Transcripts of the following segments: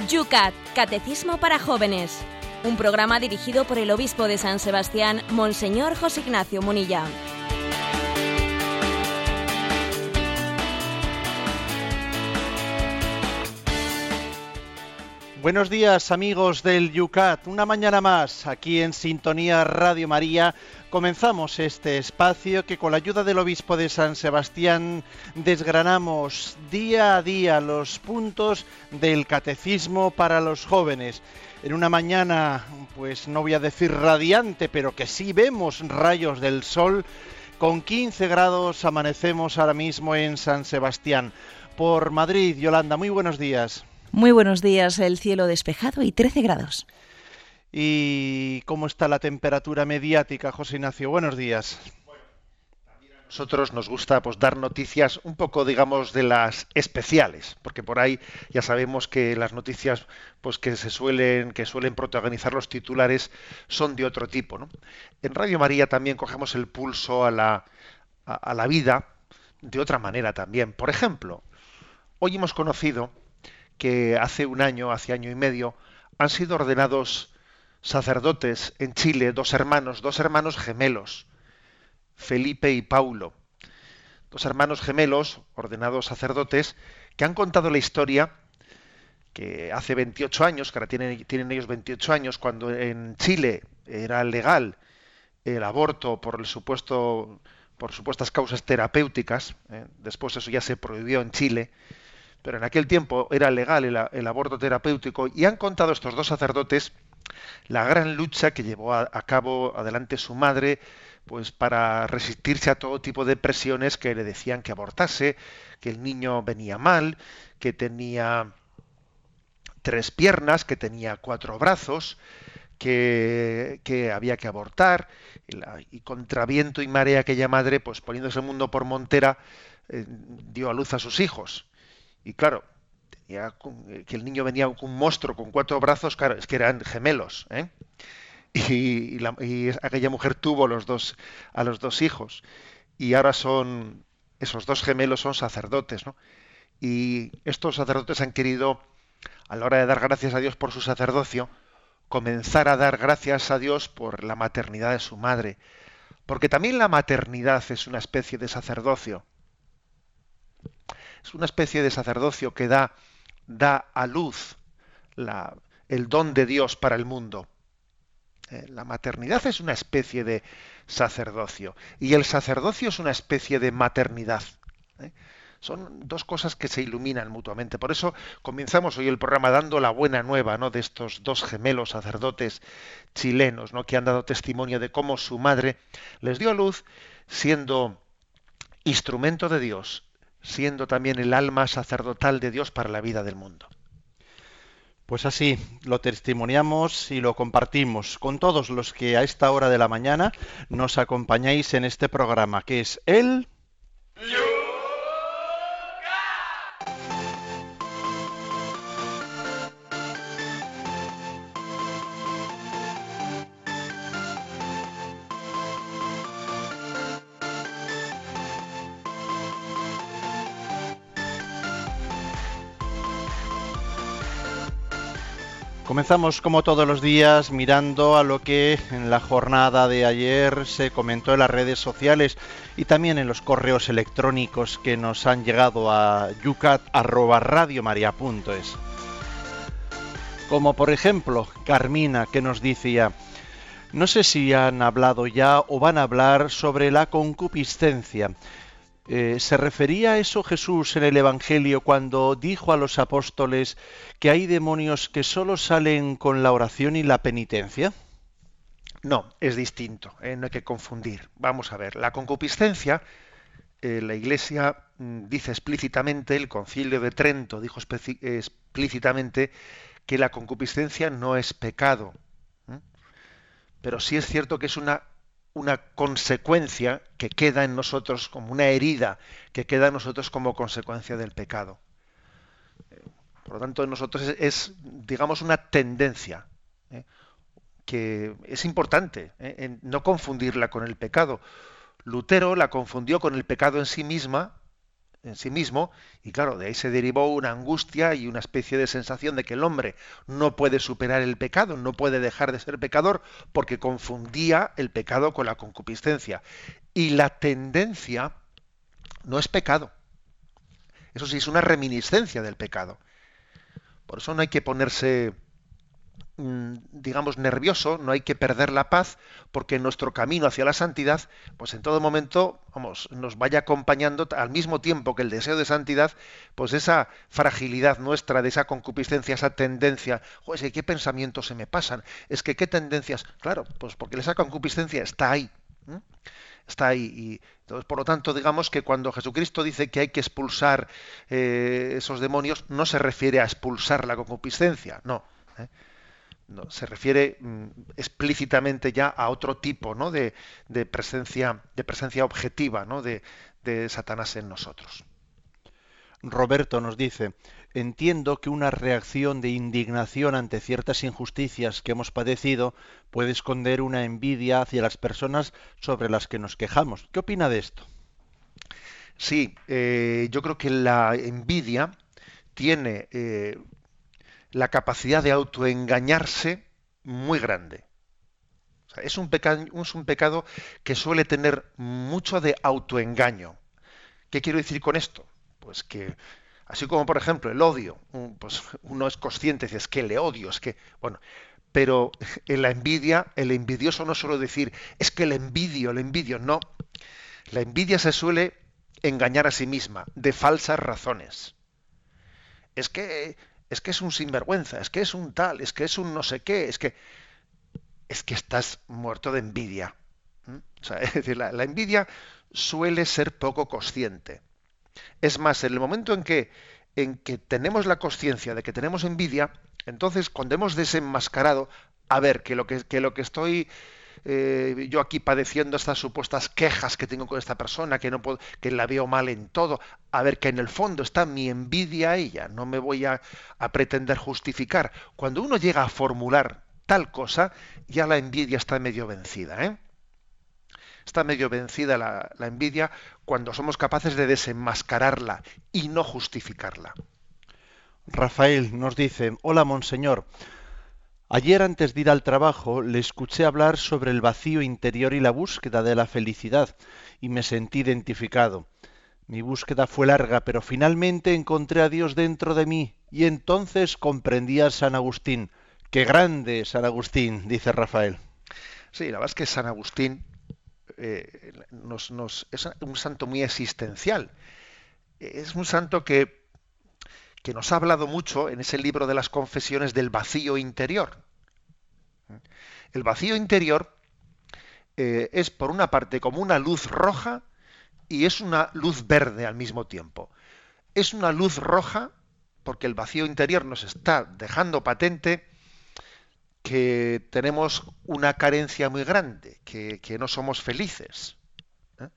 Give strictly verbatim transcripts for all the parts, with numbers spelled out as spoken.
YUCAT, Catecismo para Jóvenes, un programa dirigido por el obispo de San Sebastián, Monseñor José Ignacio Munilla. Buenos días, amigos del YUCAT. Una mañana más, aquí en Sintonía Radio María, comenzamos este espacio que con la ayuda del obispo de San Sebastián desgranamos día a día los puntos del catecismo para los jóvenes. En una mañana, pues no voy a decir radiante, pero que sí vemos rayos del sol. Con quince grados amanecemos ahora mismo en San Sebastián. Por Madrid, Yolanda, muy buenos días. Muy buenos días, el cielo despejado y trece grados. ¿Y cómo está la temperatura mediática, José Ignacio? Buenos días. Bueno, también a nosotros nos gusta pues dar noticias un poco, digamos, de las especiales, porque por ahí ya sabemos que las noticias pues que se suelen que suelen protagonizar los titulares son de otro tipo, ¿no? En Radio María también cogemos el pulso a la a, a la vida de otra manera también. Por ejemplo, hoy hemos conocido que hace un año, hace año y medio, han sido ordenados sacerdotes en Chile, dos hermanos, dos hermanos gemelos, Felipe y Paulo, dos hermanos gemelos, ordenados sacerdotes, que han contado la historia que hace veintiocho años, que ahora tienen, tienen ellos veintiocho años, cuando en Chile era legal el aborto por el supuesto, por supuestas causas terapéuticas, ¿eh? Después eso ya se prohibió en Chile, pero en aquel tiempo era legal el, el aborto terapéutico, y han contado estos dos sacerdotes la gran lucha que llevó a, a cabo adelante su madre, pues para resistirse a todo tipo de presiones que le decían que abortase, que el niño venía mal, que tenía tres piernas, que tenía cuatro brazos, que, que había que abortar, y, la, y contra viento y marea aquella madre, pues poniéndose el mundo por montera, eh, dio a luz a sus hijos. Y claro, tenía que el niño venía con un monstruo con cuatro brazos, claro, es que eran gemelos, ¿eh? Y, y, la, y aquella mujer tuvo los dos, a los dos hijos. Y ahora son, esos dos gemelos son sacerdotes, ¿no? Y estos sacerdotes han querido, a la hora de dar gracias a Dios por su sacerdocio, comenzar a dar gracias a Dios por la maternidad de su madre. Porque también la maternidad es una especie de sacerdocio. Es una especie de sacerdocio que da, da a luz la, el don de Dios para el mundo. Eh, la maternidad es una especie de sacerdocio y el sacerdocio es una especie de maternidad. ¿eh? Son dos cosas que se iluminan mutuamente. Por eso comenzamos hoy el programa dando la buena nueva, ¿no?, de estos dos gemelos sacerdotes chilenos, ¿no?, que han dado testimonio de cómo su madre les dio a luz siendo instrumento de Dios, siendo también el alma sacerdotal de Dios para la vida del mundo. Pues así, lo testimoniamos y lo compartimos con todos los que a esta hora de la mañana nos acompañáis en este programa, que es el... Comenzamos como todos los días mirando a lo que en la jornada de ayer se comentó en las redes sociales y también en los correos electrónicos que nos han llegado a yucat arroba radiomaria punto es. Como por ejemplo Carmina, que nos decía: no sé si han hablado ya o van a hablar sobre la concupiscencia. Eh, ¿Se refería a eso Jesús en el Evangelio cuando dijo a los apóstoles que hay demonios que solo salen con la oración y la penitencia? No, es distinto, ¿eh? No hay que confundir. Vamos a ver, la concupiscencia, eh, la Iglesia mm, dice explícitamente, el Concilio de Trento dijo especi- explícitamente que la concupiscencia no es pecado. ¿eh? Pero sí es cierto que es una una consecuencia que queda en nosotros como una herida, que queda en nosotros como consecuencia del pecado. Por lo tanto, en nosotros es, es digamos, una tendencia, ¿eh? que es importante, ¿eh? en no confundirla con el pecado. Lutero la confundió con el pecado en sí misma, en sí mismo, y claro, de ahí se derivó una angustia y una especie de sensación de que el hombre no puede superar el pecado, no puede dejar de ser pecador, porque confundía el pecado con la concupiscencia. Y la tendencia no es pecado. Eso sí, es una reminiscencia del pecado. Por eso no hay que ponerse, digamos, nervioso, no hay que perder la paz, porque nuestro camino hacia la santidad, pues en todo momento, vamos, nos vaya acompañando al mismo tiempo que el deseo de santidad, pues esa fragilidad nuestra, de esa concupiscencia, esa tendencia. Joder, es que qué pensamientos se me pasan, es que qué tendencias, claro, pues porque esa concupiscencia está ahí, ¿eh? Está ahí. Y entonces, por lo tanto, digamos que cuando Jesucristo dice que hay que expulsar eh, esos demonios, no se refiere a expulsar la concupiscencia, no. ¿eh? No, se refiere mm, explícitamente ya a otro tipo, ¿no? de, de presencia, de presencia objetiva, ¿no? de, de Satanás en nosotros. Roberto nos dice, entiendo que una reacción de indignación ante ciertas injusticias que hemos padecido puede esconder una envidia hacia las personas sobre las que nos quejamos. ¿Qué opina de esto? Sí, eh, yo creo que la envidia tiene eh, la capacidad de autoengañarse muy grande. O sea, es un pecado, es un pecado que suele tener mucho de autoengaño. ¿Qué quiero decir con esto? Pues que, así como por ejemplo el odio, pues uno es consciente, dice, es que le odio, es que, bueno, pero en la envidia, el envidioso no suele decir, es que le envidio, le envidio, no. La envidia se suele engañar a sí misma, de falsas razones. Es que, es que es un sinvergüenza, es que es un tal, es que es un no sé qué, es que, es que estás muerto de envidia. ¿Mm? O sea, es decir, la, la envidia suele ser poco consciente. Es más, en el momento en que, en que tenemos la conciencia de que tenemos envidia, entonces cuando hemos desenmascarado, a ver, que lo que, que, lo que estoy eh, yo aquí padeciendo, estas supuestas quejas que tengo con esta persona, que no puedo, que la veo mal en todo, a ver, que en el fondo está mi envidia a ella, no me voy a, a pretender justificar. Cuando uno llega a formular tal cosa, ya la envidia está medio vencida, ¿eh? Está medio vencida la, la envidia cuando somos capaces de desenmascararla y no justificarla. Rafael nos dice, hola monseñor, ayer antes de ir al trabajo le escuché hablar sobre el vacío interior y la búsqueda de la felicidad y me sentí identificado. Mi búsqueda fue larga, pero finalmente encontré a Dios dentro de mí y entonces comprendí a San Agustín. ¡Qué grande San Agustín!, dice Rafael. Sí, la verdad es que San Agustín Eh, nos, nos, es un santo muy existencial. Es un santo que, que nos ha hablado mucho en ese libro de las confesiones del vacío interior. El vacío interior eh, es por una parte como una luz roja y es una luz verde al mismo tiempo. Es una luz roja porque el vacío interior nos está dejando patente que tenemos una carencia muy grande, que, que no somos felices, ¿eh?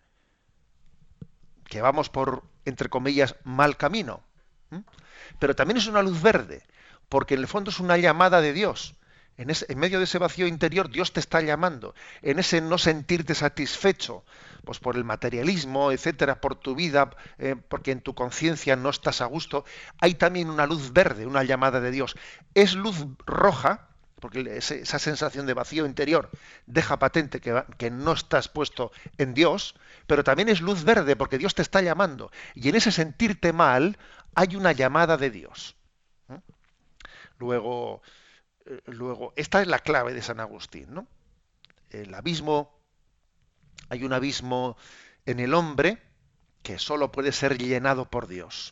Que vamos por, entre comillas, mal camino. ¿eh? Pero también es una luz verde, porque en el fondo es una llamada de Dios. En, ese, en medio de ese vacío interior, Dios te está llamando. En ese no sentirte satisfecho, pues por el materialismo, etcétera, por tu vida, eh, porque en tu conciencia no estás a gusto, hay también una luz verde, una llamada de Dios. Es luz roja, porque esa sensación de vacío interior deja patente que, que no estás puesto en Dios, pero también es luz verde porque Dios te está llamando. Y en ese sentirte mal hay una llamada de Dios. ¿Eh? Luego, eh, luego, esta es la clave de San Agustín, ¿no? El abismo, hay un abismo en el hombre que solo puede ser llenado por Dios.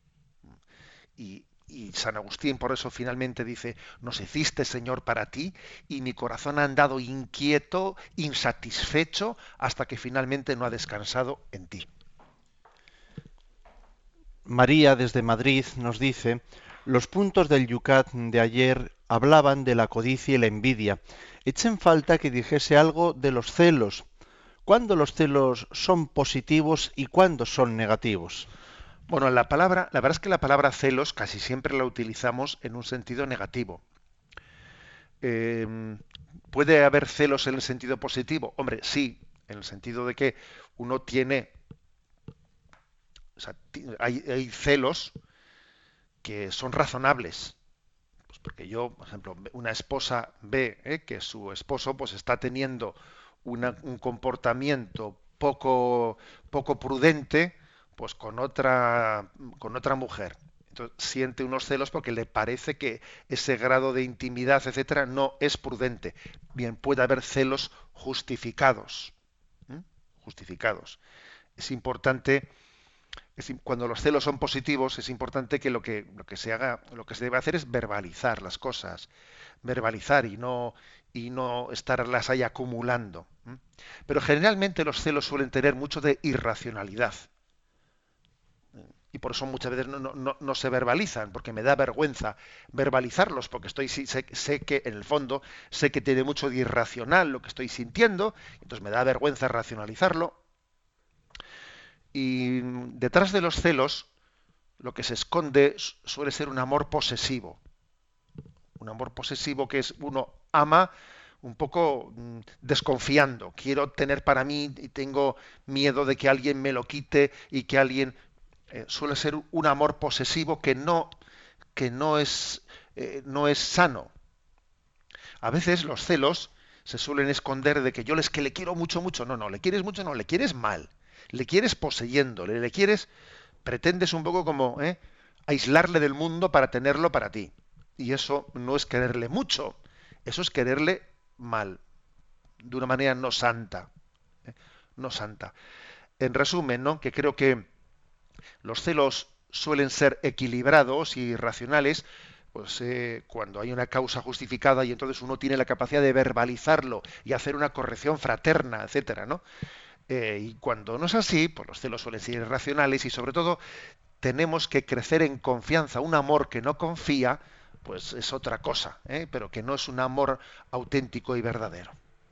Y Y San Agustín por eso finalmente dice, nos hiciste, Señor, para ti, y mi corazón ha andado inquieto, insatisfecho, hasta que finalmente no ha descansado en ti. María desde Madrid nos dice, los puntos del Yucat de ayer hablaban de la codicia y la envidia. Echen falta que dijese algo de los celos. ¿Cuándo los celos son positivos y cuándo son negativos? Bueno, la palabra, la verdad es que la palabra celos casi siempre la utilizamos en un sentido negativo. Eh, ¿Puede haber celos en el sentido positivo? Hombre, sí, en el sentido de que uno tiene O sea, hay, hay celos que son razonables. Pues porque yo, por ejemplo, una esposa ve ¿eh? que su esposo pues está teniendo una, un comportamiento poco, poco prudente, pues con otra, con otra mujer. Entonces siente unos celos porque le parece que ese grado de intimidad, etcétera, no es prudente. Bien, puede haber celos justificados. ¿Mm? Justificados. Es importante, es, cuando los celos son positivos, es importante que lo que lo que se haga, lo que se debe hacer es verbalizar las cosas, verbalizar y no y no estarlas ahí acumulando. ¿Mm? Pero generalmente los celos suelen tener mucho de irracionalidad. Y por eso muchas veces no, no, no, no se verbalizan, porque me da vergüenza verbalizarlos, porque estoy sé, sé que en el fondo sé que tiene mucho de irracional lo que estoy sintiendo, entonces me da vergüenza racionalizarlo. Y detrás de los celos, lo que se esconde suele ser un amor posesivo. Un amor posesivo que es uno ama un poco mm, desconfiando. Quiero tener para mí y tengo miedo de que alguien me lo quite y que alguien... Eh, suele ser un amor posesivo que no, que no es, eh, no es sano. A veces los celos se suelen esconder de que yo les que le quiero mucho, mucho. No, no, le quieres mucho, no, le quieres mal. Le quieres poseyéndole, le quieres, pretendes un poco como ¿eh? aislarle del mundo para tenerlo para ti. Y eso no es quererle mucho, eso es quererle mal, de una manera no santa. ¿eh? No santa. En resumen, ¿no? Que creo que los celos suelen ser equilibrados y racionales, pues eh, cuando hay una causa justificada y entonces uno tiene la capacidad de verbalizarlo y hacer una corrección fraterna, etcétera, ¿no? Eh, y cuando no es así, pues los celos suelen ser irracionales y sobre todo tenemos que crecer en confianza. Un amor que no confía, pues es otra cosa, ¿eh? Pero que no es un amor auténtico y verdadero.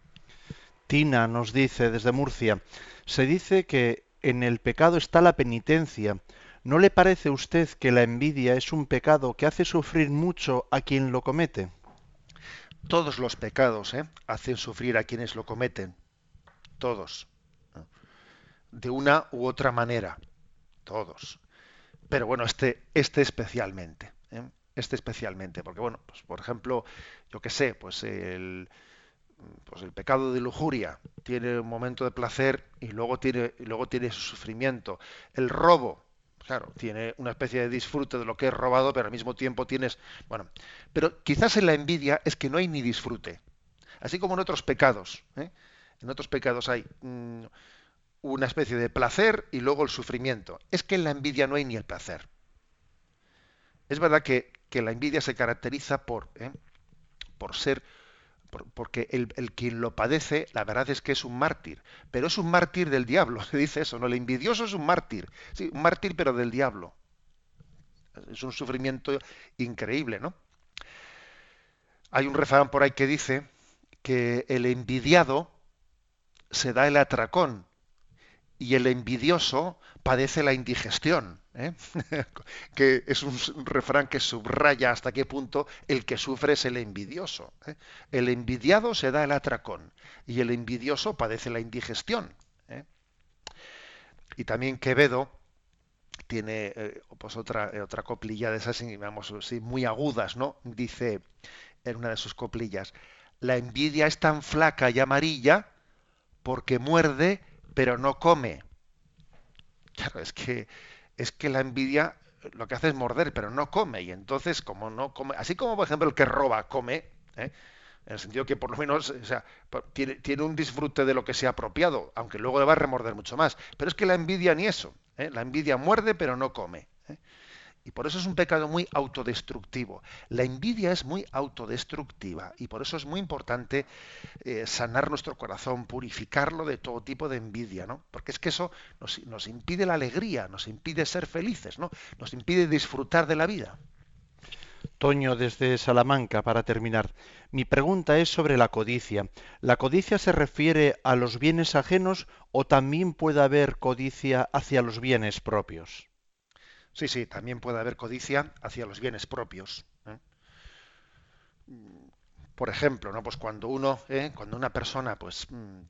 Tina nos dice desde Murcia, se dice que en el pecado está la penitencia. ¿No le parece a usted que la envidia es un pecado que hace sufrir mucho a quien lo comete? Todos los pecados ¿eh? hacen sufrir a quienes lo cometen. Todos. De una u otra manera. Todos. Pero bueno, este, este especialmente. ¿eh? Este especialmente. Porque bueno, pues por ejemplo, yo qué sé, pues el... pues el pecado de lujuria tiene un momento de placer y luego tiene y luego tiene su sufrimiento. El robo, claro, tiene una especie de disfrute de lo que es robado, pero al mismo tiempo tienes, bueno, pero quizás en la envidia es que no hay ni disfrute. Así como en otros pecados, ¿eh? En otros pecados hay mmm, una especie de placer y luego el sufrimiento. Es que en la envidia no hay ni el placer. Es verdad que, que la envidia se caracteriza por, ¿eh? por ser porque el, el quien lo padece, la verdad es que es un mártir, pero es un mártir del diablo, se dice eso, ¿no? El envidioso es un mártir, sí, un mártir pero del diablo. Es un sufrimiento increíble, ¿no? Hay un refrán por ahí que dice que el envidiado se da el atracón y el envidioso padece la indigestión. ¿eh? Que es un refrán que subraya hasta qué punto el que sufre es el envidioso. ¿eh? El envidiado se da el atracón y el envidioso padece la indigestión. ¿eh? Y también Quevedo tiene eh, pues otra eh, otra coplilla de esas, vamos, sí, muy agudas, ¿no? Dice en una de sus coplillas: la envidia es tan flaca y amarilla porque muerde pero no come. Claro, es que es que la envidia lo que hace es morder, pero no come. Y entonces, como no come, así como por ejemplo el que roba come, ¿eh? En el sentido que por lo menos, o sea, tiene, tiene un disfrute de lo que se ha apropiado, aunque luego le va a remorder mucho más. Pero es que la envidia ni eso. ¿eh? La envidia muerde, pero no come. ¿eh? Y por eso es un pecado muy autodestructivo. La envidia es muy autodestructiva y por eso es muy importante eh, sanar nuestro corazón, purificarlo de todo tipo de envidia, ¿no? Porque es que eso nos, nos impide la alegría, nos impide ser felices, ¿no? Nos impide disfrutar de la vida. Toño desde Salamanca, para terminar. Mi pregunta es sobre la codicia. ¿La codicia se refiere a los bienes ajenos o también puede haber codicia hacia los bienes propios? Sí, sí, también puede haber codicia hacia los bienes propios. ¿eh? Por ejemplo, ¿no? Pues cuando uno, ¿eh? cuando una persona, pues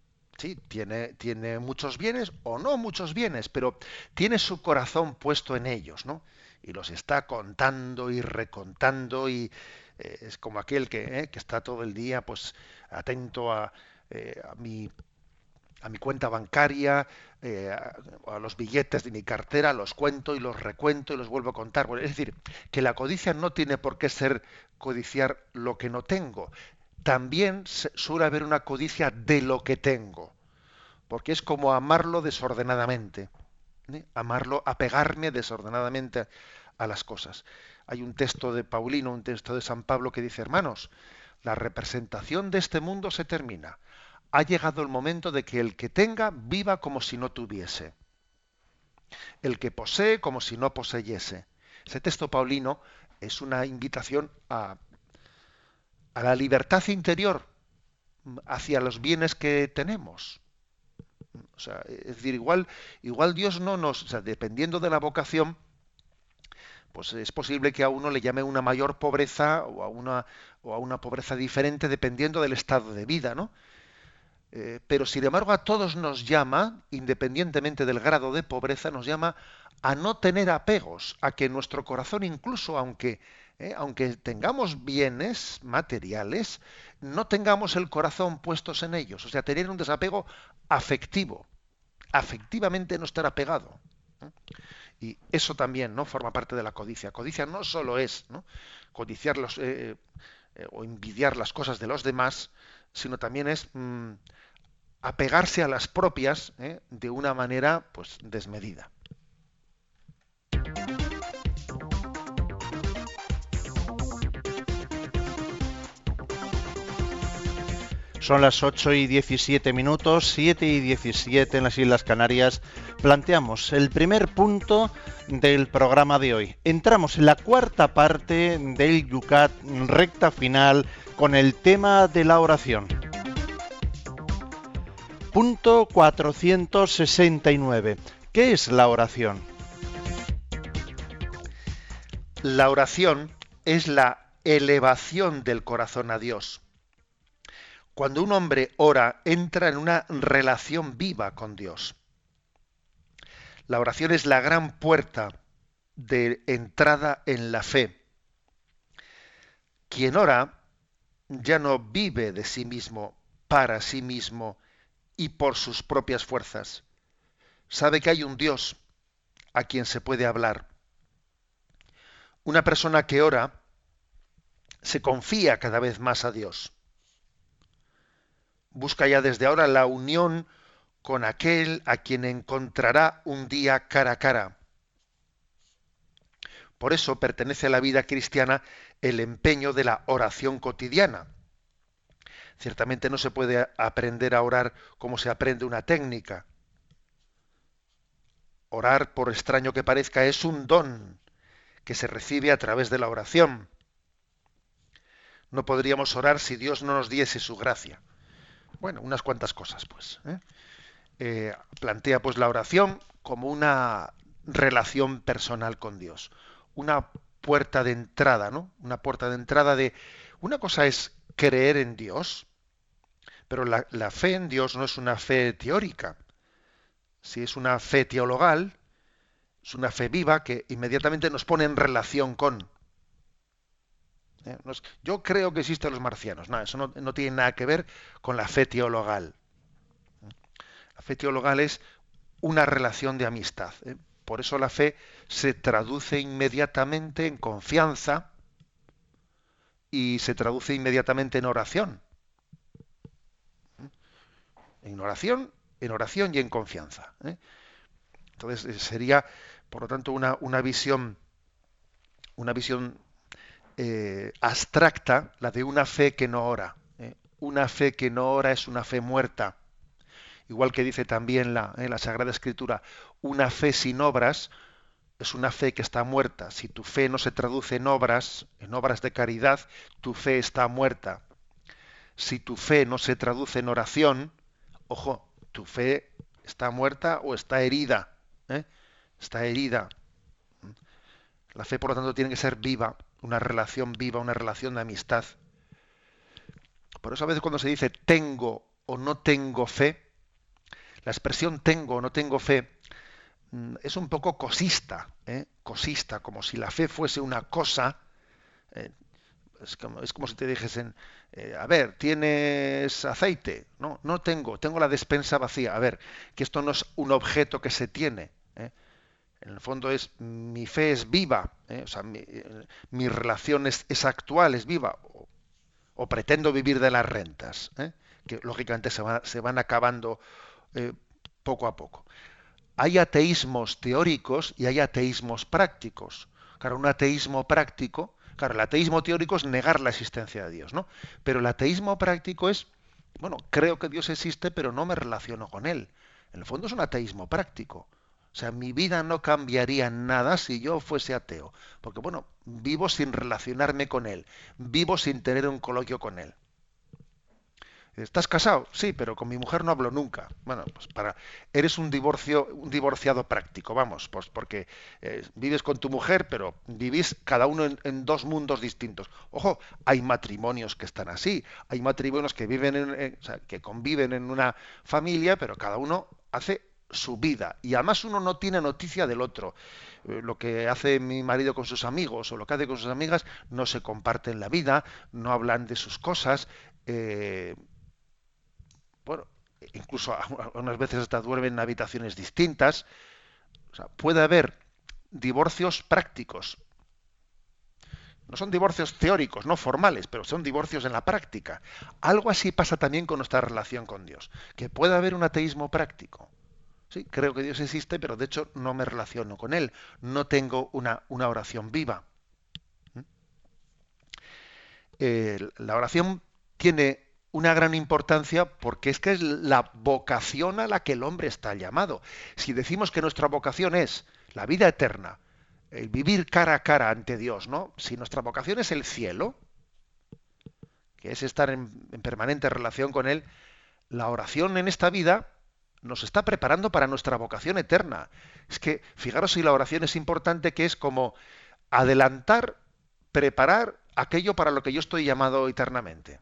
sí, tiene, tiene muchos bienes o no muchos bienes, pero tiene su corazón puesto en ellos, ¿no? Y los está contando y recontando y eh, es como aquel que, eh, que está todo el día pues atento a, eh, a mi a mi cuenta bancaria, eh, a, a los billetes de mi cartera, los cuento y los recuento y los vuelvo a contar. Bueno, es decir, que la codicia no tiene por qué ser codiciar lo que no tengo. También se, suele haber una codicia de lo que tengo, porque es como amarlo desordenadamente, ¿eh? Amarlo, apegarme desordenadamente a las cosas. Hay un texto de Paulino, un texto de San Pablo que dice, hermanos, la representación de este mundo se termina. Ha llegado el momento de que el que tenga viva como si no tuviese. El que posee como si no poseyese. Ese texto paulino es una invitación a, a la libertad interior hacia los bienes que tenemos. O sea, es decir, igual, igual Dios no nos, o sea, dependiendo de la vocación, pues es posible que a uno le llame una mayor pobreza o a una, o a una pobreza diferente dependiendo del estado de vida, ¿no? Eh, pero sin embargo a todos nos llama, independientemente del grado de pobreza, nos llama a no tener apegos, a que nuestro corazón, incluso aunque, eh, aunque tengamos bienes materiales, no tengamos el corazón puestos en ellos. O sea, tener un desapego afectivo, afectivamente no estar apegado. ¿eh? Y eso también, ¿no?, forma parte de la codicia. Codicia no solo es, ¿no?, codiciar los, eh, eh, o envidiar las cosas de los demás, sino también es mmm, apegarse a las propias ¿eh? de una manera pues desmedida. Son las ocho y diecisiete minutos, siete y diecisiete en las Islas Canarias. Planteamos el primer punto del programa de hoy. Entramos en la cuarta parte del Yucat, recta final, con el tema de la oración. Punto cuatrocientos sesenta y nueve. ¿Qué es la oración? La oración es la elevación del corazón a Dios. Cuando un hombre ora, entra en una relación viva con Dios. La oración es la gran puerta de entrada en la fe. Quien ora ya no vive de sí mismo, para sí mismo y por sus propias fuerzas. Sabe que hay un Dios a quien se puede hablar. Una persona que ora se confía cada vez más a Dios. Busca ya desde ahora la unión con aquel a quien encontrará un día cara a cara. Por eso pertenece a la vida cristiana el empeño de la oración cotidiana. Ciertamente no se puede aprender a orar como se aprende una técnica. Orar, por extraño que parezca, es un don que se recibe a través de la oración. No podríamos orar si Dios no nos diese su gracia. Bueno, unas cuantas cosas, pues. ¿eh? Eh, plantea pues la oración como una relación personal con Dios, una puerta de entrada, ¿no? Una puerta de entrada de... Una cosa es creer en Dios, pero la, la fe en Dios no es una fe teórica. Si es una fe teologal, es una fe viva que inmediatamente nos pone en relación con... ¿Eh? No es, yo creo que existen los marcianos. No, eso no, no tiene nada que ver con la fe teologal. La fe teologal es una relación de amistad. ¿eh? Por eso la fe se traduce inmediatamente en confianza y se traduce inmediatamente en oración. En oración, en oración y en confianza. ¿eh? Entonces sería, por lo tanto, una, una visión, una visión eh, abstracta, la de una fe que no ora. ¿eh? Una fe que no ora es una fe muerta. Igual que dice también la, eh, la Sagrada Escritura, una fe sin obras es una fe que está muerta. Si tu fe no se traduce en obras, en obras de caridad, tu fe está muerta. Si tu fe no se traduce en oración, ojo, tu fe está muerta o está herida. ¿eh? Está herida. La fe, por lo tanto, tiene que ser viva, una relación viva, una relación de amistad. Por eso a veces cuando se dice tengo o no tengo fe, la expresión tengo o no tengo fe mm, es un poco cosista, ¿eh? Cosista, como si la fe fuese una cosa. eh, es, como, es como si te dijesen, eh, a ver, ¿tienes aceite? No, no tengo, tengo la despensa vacía. A ver, que esto no es un objeto que se tiene, ¿eh? En el fondo es, mi fe es viva, ¿eh? O sea, mi, eh, mi relación es, es actual, es viva, o, o pretendo vivir de las rentas, ¿eh? Que lógicamente se, va- se van acabando eh, poco a poco. Hay ateísmos teóricos y hay ateísmos prácticos. Claro, un ateísmo práctico, claro, el ateísmo teórico es negar la existencia de Dios, ¿no? Pero el ateísmo práctico es, bueno, creo que Dios existe, pero no me relaciono con él. En el fondo es un ateísmo práctico. O sea, mi vida no cambiaría en nada si yo fuese ateo. Porque, bueno, vivo sin relacionarme con él. Vivo sin tener un coloquio con él. ¿Estás casado? Sí, pero con mi mujer no hablo nunca. Bueno, pues para eres un divorcio, un divorciado práctico, vamos, pues porque eh, vives con tu mujer, pero vivís cada uno en, en dos mundos distintos. Ojo, hay matrimonios que están así, hay matrimonios que viven, en, en- o sea, que conviven en una familia, pero cada uno hace su vida y además uno no tiene noticia del otro. Eh, Lo que hace mi marido con sus amigos o lo que hace con sus amigas no se comparten la vida, no hablan de sus cosas. eh, bueno, incluso unas veces hasta duermen en habitaciones distintas. O sea, puede haber divorcios prácticos. No son divorcios teóricos, no formales, pero son divorcios en la práctica. Algo así pasa también con nuestra relación con Dios, que puede haber un ateísmo práctico. Sí, creo que Dios existe, pero de hecho no me relaciono con Él. No tengo una, una oración viva. ¿Mm? Eh, la oración tiene una gran importancia porque es que es la vocación a la que el hombre está llamado. Si decimos que nuestra vocación es la vida eterna, el vivir cara a cara ante Dios, ¿no? Si nuestra vocación es el cielo, que es estar en, en permanente relación con Él, la oración en esta vida nos está preparando para nuestra vocación eterna. Es que, fijaros si la oración es importante, que es como adelantar, preparar aquello para lo que yo estoy llamado eternamente.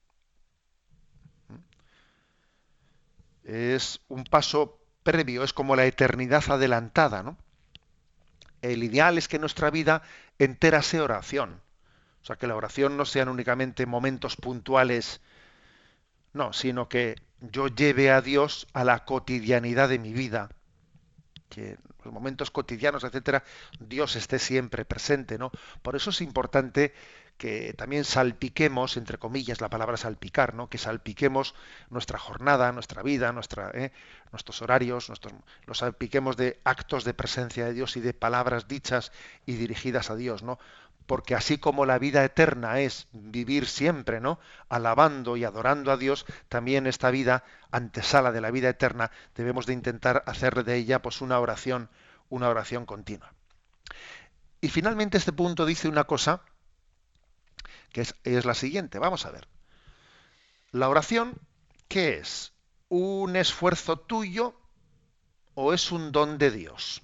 Es un paso previo, es como la eternidad adelantada, ¿no? El ideal es que nuestra vida entera sea oración. O sea, que la oración no sean únicamente momentos puntuales, no, sino que yo lleve a Dios a la cotidianidad de mi vida, que en los momentos cotidianos, etcétera, Dios esté siempre presente, ¿no? Por eso es importante que también salpiquemos, entre comillas, la palabra salpicar, ¿no? Que salpiquemos nuestra jornada, nuestra vida, nuestra, ¿eh? nuestros horarios, nuestros, los salpiquemos de actos de presencia de Dios y de palabras dichas y dirigidas a Dios, ¿no? Porque así como la vida eterna es vivir siempre, ¿no? Alabando y adorando a Dios, también esta vida, antesala de la vida eterna, debemos de intentar hacer de ella pues una oración, una oración continua. Y finalmente este punto dice una cosa que es, es la siguiente. Vamos a ver. La oración, ¿qué es? ¿Un esfuerzo tuyo o es un don de Dios?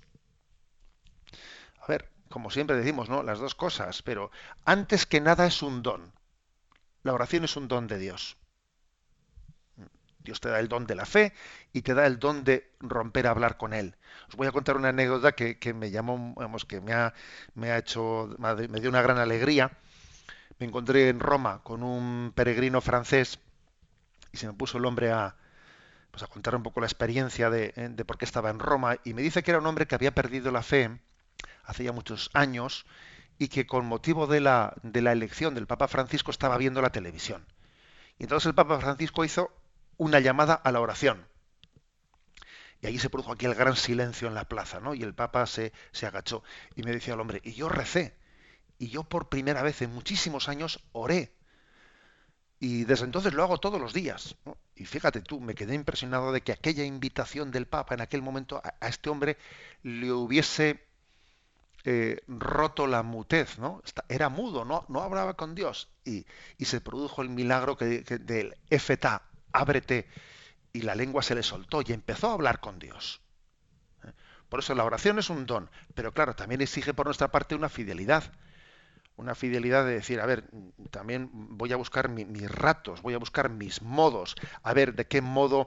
A ver, como siempre decimos, ¿no? Las dos cosas, pero antes que nada es un don. La oración es un don de Dios. Dios te da el don de la fe y te da el don de romper a hablar con Él. Os voy a contar una anécdota que, que me llamó, vamos, que me ha, me ha hecho, me dio una gran alegría. Me encontré en Roma con un peregrino francés y se me puso el hombre a, pues a contar un poco la experiencia de, de por qué estaba en Roma y me dice que era un hombre que había perdido la fe hace ya muchos años y que con motivo de la, de la elección del Papa Francisco estaba viendo la televisión. Y entonces el Papa Francisco hizo una llamada a la oración. Y allí se produjo aquel gran silencio en la plaza, ¿no? Y el Papa se, se agachó y me decía el hombre, y yo recé, y yo por primera vez en muchísimos años oré. Y desde entonces lo hago todos los días, ¿no? Y fíjate tú, me quedé impresionado de que aquella invitación del Papa en aquel momento a, a este hombre le hubiese eh, roto la mutez, ¿no? Era mudo, no, no hablaba con Dios. Y, y se produjo el milagro que, que del Efetá, ábrete, y la lengua se le soltó y empezó a hablar con Dios. ¿Eh? Por eso la oración es un don, pero claro, también exige por nuestra parte una fidelidad. Una fidelidad de decir, a ver, también voy a buscar mi, mis ratos, voy a buscar mis modos, a ver de qué modo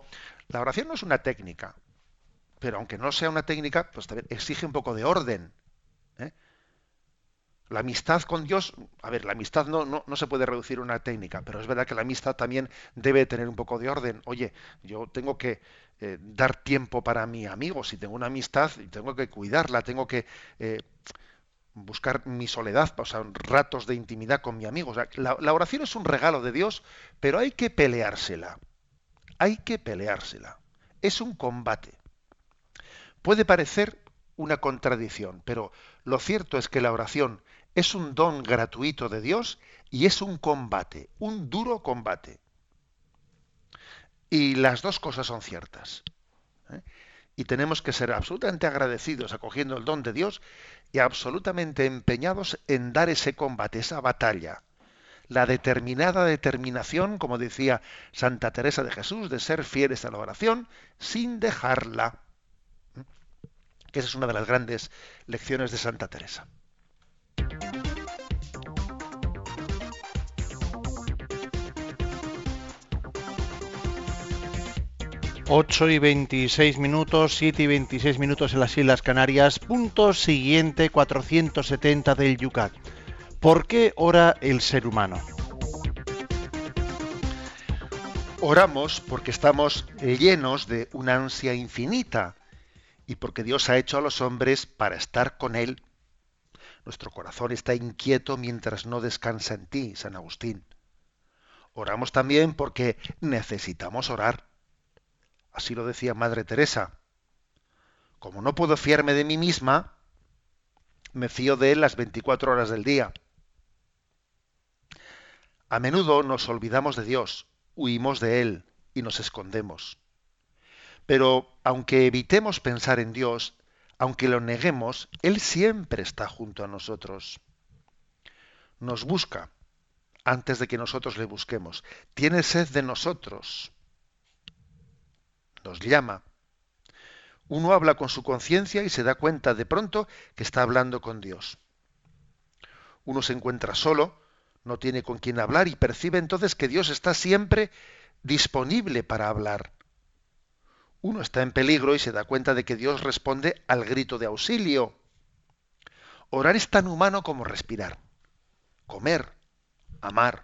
La oración no es una técnica, pero aunque no sea una técnica, pues también exige un poco de orden. ¿eh? La amistad con Dios, a ver, la amistad no, no, no se puede reducir a una técnica, pero es verdad que la amistad también debe tener un poco de orden. Oye, yo tengo que eh, dar tiempo para mi amigo, si tengo una amistad, tengo que cuidarla, tengo que eh, buscar mi soledad, o sea, ratos de intimidad con mi amigo. O sea, la, la oración es un regalo de Dios, pero hay que peleársela. Hay que peleársela. Es un combate. Puede parecer una contradicción, pero lo cierto es que la oración es un don gratuito de Dios y es un combate, un duro combate. Y las dos cosas son ciertas. ¿eh? Y tenemos que ser absolutamente agradecidos acogiendo el don de Dios y absolutamente empeñados en dar ese combate, esa batalla. La determinada determinación, como decía Santa Teresa de Jesús, de ser fieles a la oración sin dejarla. ¿eh? Que esa es una de las grandes lecciones de Santa Teresa. ocho y veintiséis minutos, siete y veintiséis minutos en las Islas Canarias, punto siguiente cuatrocientos setenta del Yucat. ¿Por qué ora el ser humano? Oramos porque estamos llenos de una ansia infinita y porque Dios ha hecho a los hombres para estar con Él. Nuestro corazón está inquieto mientras no descansa en ti, San Agustín. Oramos también porque necesitamos orar. Así lo decía Madre Teresa. Como no puedo fiarme de mí misma, me fío de Él las veinticuatro horas del día. A menudo nos olvidamos de Dios, huimos de Él y nos escondemos. Pero aunque evitemos pensar en Dios, aunque lo neguemos, Él siempre está junto a nosotros. Nos busca antes de que nosotros le busquemos. Tiene sed de nosotros. Nos llama. Uno habla con su conciencia y se da cuenta de pronto que está hablando con Dios. Uno se encuentra solo, no tiene con quién hablar y percibe entonces que Dios está siempre disponible para hablar. Uno está en peligro y se da cuenta de que Dios responde al grito de auxilio. Orar es tan humano como respirar, comer, amar.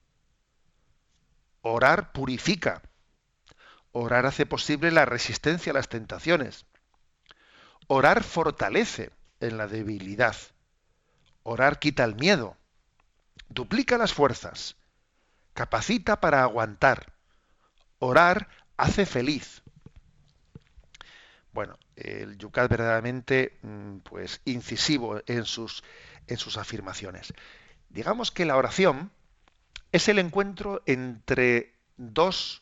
Orar purifica. Orar hace posible la resistencia a las tentaciones. Orar fortalece en la debilidad. Orar quita el miedo. Duplica las fuerzas. Capacita para aguantar. Orar hace feliz. Bueno, el Yucat verdaderamente pues, incisivo en sus, en sus afirmaciones. Digamos que la oración es el encuentro entre dos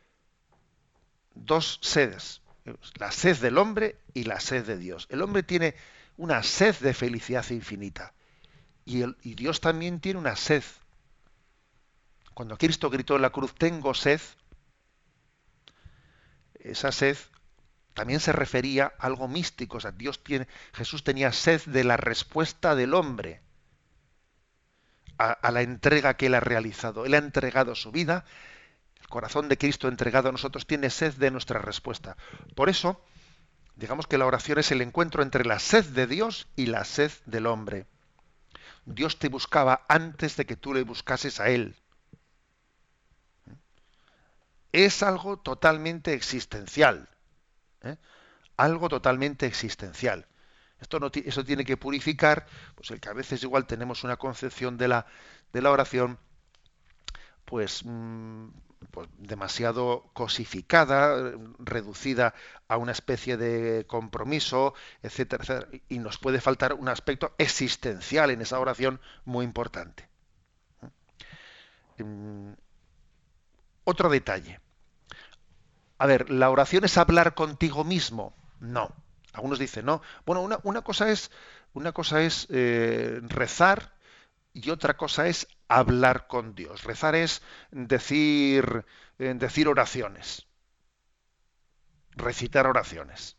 Dos sedes, la sed del hombre y la sed de Dios. El hombre tiene una sed de felicidad infinita y, el, y Dios también tiene una sed. Cuando Cristo gritó en la cruz, tengo sed, esa sed también se refería a algo místico. O sea, Dios tiene, Jesús tenía sed de la respuesta del hombre a, a la entrega que él ha realizado. Él ha entregado su vida. El corazón de Cristo entregado a nosotros tiene sed de nuestra respuesta. Por eso, digamos que la oración es el encuentro entre la sed de Dios y la sed del hombre. Dios te buscaba antes de que tú le buscases a Él. Es algo totalmente existencial. ¿eh? Algo totalmente existencial. Esto no eso tiene que purificar, pues el que a veces igual tenemos una concepción de la, de la oración, pues... Mmm, Pues demasiado cosificada, reducida a una especie de compromiso, etcétera, etcétera, y nos puede faltar un aspecto existencial en esa oración muy importante. Um, otro detalle. A ver, ¿la oración es hablar contigo mismo? No. Algunos dicen, no. Bueno, una, una cosa es, una cosa es eh, rezar y otra cosa es hablar con Dios. Rezar es decir, eh, decir oraciones, recitar oraciones.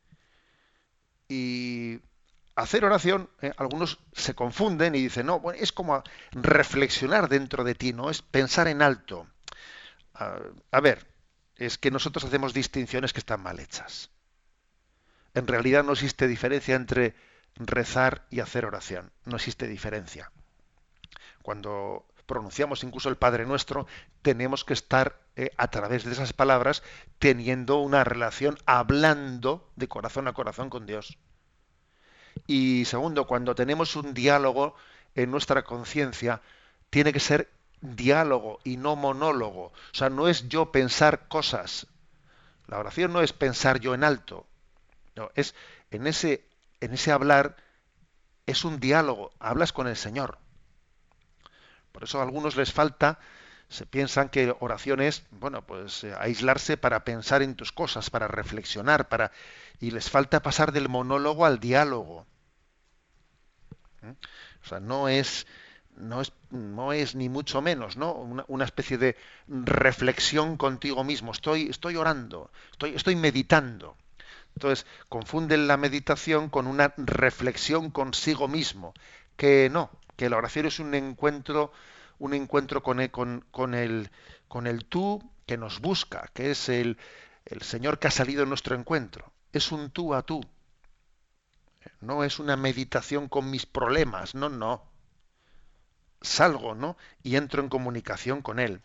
Y hacer oración, eh, algunos se confunden y dicen, no, bueno, es como reflexionar dentro de ti, no es pensar en alto. A, a ver, es que nosotros hacemos distinciones que están mal hechas. En realidad no existe diferencia entre rezar y hacer oración. No existe diferencia. Cuando pronunciamos incluso el Padre Nuestro, tenemos que estar eh, a través de esas palabras teniendo una relación, hablando de corazón a corazón con Dios. Y segundo, cuando tenemos un diálogo en nuestra conciencia, tiene que ser diálogo y no monólogo. O sea, no es yo pensar cosas. La oración no es pensar yo en alto. No, es en ese, en ese hablar es un diálogo. Hablas con el Señor. Por eso a algunos les falta, se piensan que oración es, bueno, pues eh, aislarse para pensar en tus cosas, para reflexionar, para y les falta pasar del monólogo al diálogo. ¿Eh? O sea, no es no es no es ni mucho menos, ¿no? Una, una especie de reflexión contigo mismo. Estoy estoy orando, estoy estoy meditando. Entonces, confunden la meditación con una reflexión consigo mismo, que no, que la oración es un encuentro, un encuentro con el, con, con el, con el tú que nos busca, que es el, el Señor que ha salido en nuestro encuentro. Es un tú a tú. No es una meditación con mis problemas, no, no. Salgo, ¿no? Y entro en comunicación con Él.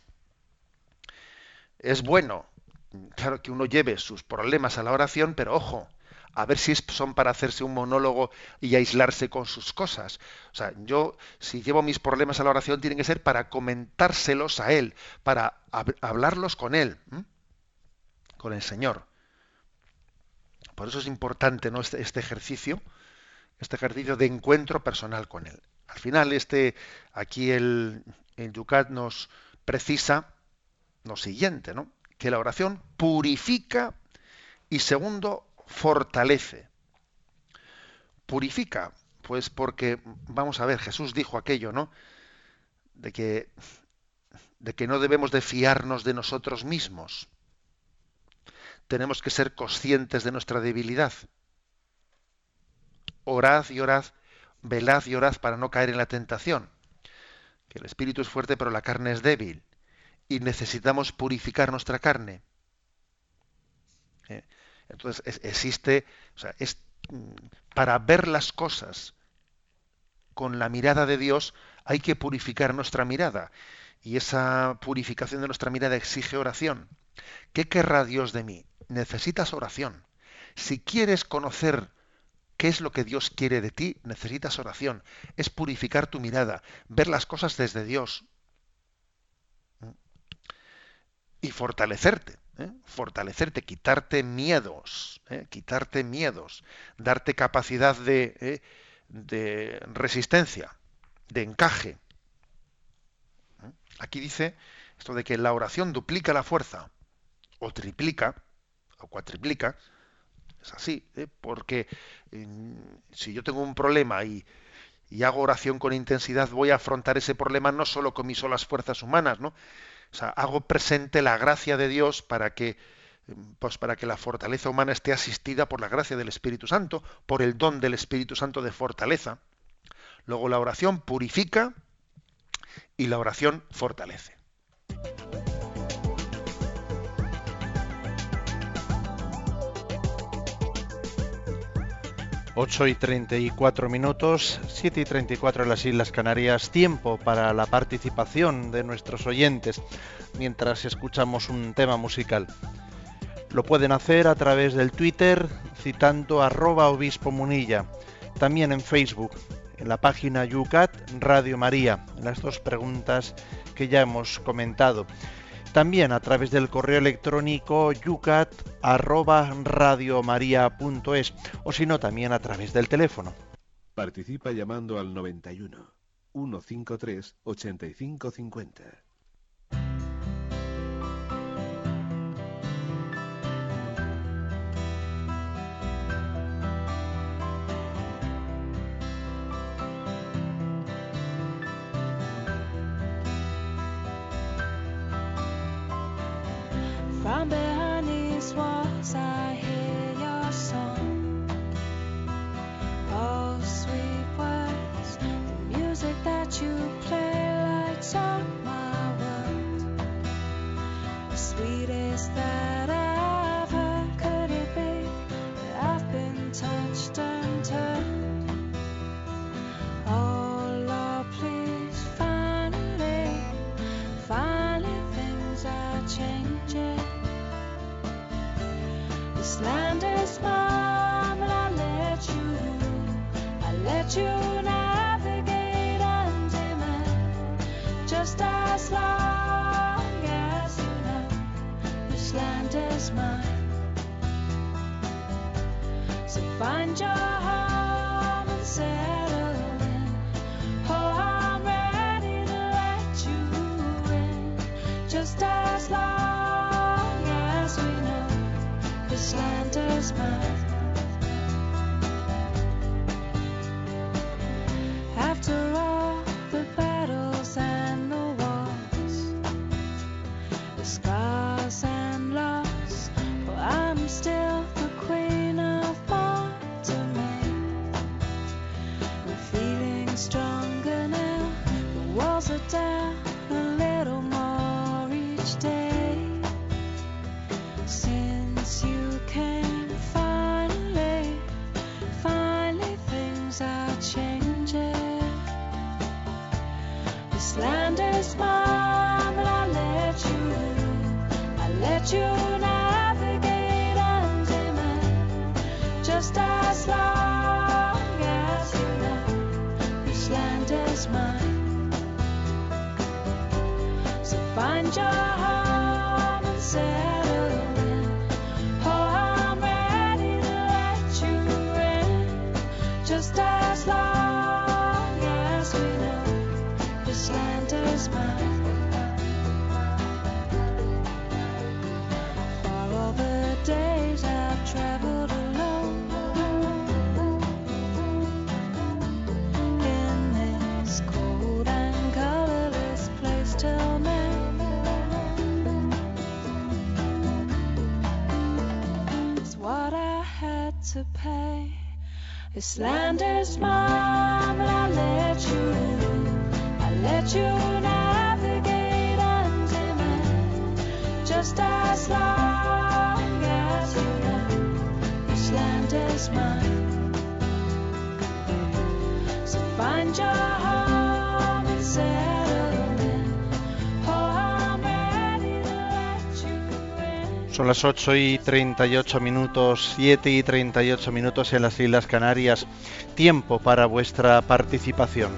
Es bueno, claro, que uno lleve sus problemas a la oración, pero ojo, a ver si son para hacerse un monólogo y aislarse con sus cosas. O sea, yo, si llevo mis problemas a la oración, tienen que ser para comentárselos a Él, para hab- hablarlos con Él, ¿m? Con el Señor. Por eso es importante, ¿no? este, este ejercicio, este ejercicio de encuentro personal con Él. Al final, este, aquí el, el Yucat nos precisa lo siguiente, ¿no? Que la oración purifica y, segundo, fortalece. Purifica, pues porque, vamos a ver, Jesús dijo aquello, ¿no? De que, de que no debemos de fiarnos de nosotros mismos. Tenemos que ser conscientes de nuestra debilidad. Orad y orad, velad y orad para no caer en la tentación. Que el espíritu es fuerte, pero la carne es débil. Y necesitamos purificar nuestra carne. ¿Eh? Entonces es, existe, o sea, es para ver las cosas con la mirada de Dios hay que purificar nuestra mirada. Y esa purificación de nuestra mirada exige oración. ¿Qué querrá Dios de mí? Necesitas oración. Si quieres conocer qué es lo que Dios quiere de ti, necesitas oración. Es purificar tu mirada, ver las cosas desde Dios. Y fortalecerte, ¿eh? fortalecerte, quitarte miedos, ¿eh? quitarte miedos, darte capacidad de, ¿eh? de resistencia, de encaje. ¿Eh? Aquí dice esto de que la oración duplica la fuerza, o triplica, o cuatriplica. Es así, ¿eh? porque eh, si yo tengo un problema y, y hago oración con intensidad, voy a afrontar ese problema no solo con mis solas fuerzas humanas, ¿no? O sea, hago presente la gracia de Dios para que, pues para que la fortaleza humana esté asistida por la gracia del Espíritu Santo, por el don del Espíritu Santo de fortaleza. Luego la oración purifica y la oración fortalece. ocho y treinta y cuatro minutos, siete y treinta y cuatro en las Islas Canarias, tiempo para la participación de nuestros oyentes mientras escuchamos un tema musical. Lo pueden hacer a través del Twitter citando arroba obispo Munilla, también en Facebook, en la página Yucat Radio María, en las dos preguntas que ya hemos comentado. También a través del correo electrónico yucat arroba radiomaria punto es o si no también a través del teléfono. Participa llamando al noventa y uno, ciento cincuenta y tres, ochenta y cinco cincuenta. From behind these walls I hear your song. Oh, sweet words, the music that you play lights up my world. The sweetest that This land is mine, and I let you, I let you navigate until man, just as long as you know this land is mine. So find your home and settle in. Oh, I'm ready to let you in, just as long as we know this land is mine. After all the battles and the wars, the scars and loss, well, I'm still the queen of Montemain. I'm feeling stronger now, the walls are down a little more each day. Since you came, finally, finally things are changing. This land is mine, but I let you, I let you navigate until man, just as long as you know this land is mine. So find your home and settle in. Oh, I'm ready to let you in, just as long as we know this land is mine. For all the days I've traveled alone in this cold and colorless place till now, it's what I had to pay. This land is mine, but I let you, I let you navigate until man, just as long as you know this land is mine. So find your home and settle in. Oh, I'm ready to let you in. Son las ocho y treinta y ocho minutos, siete y treinta y ocho minutos en las Islas Canarias. Tiempo para vuestra participación.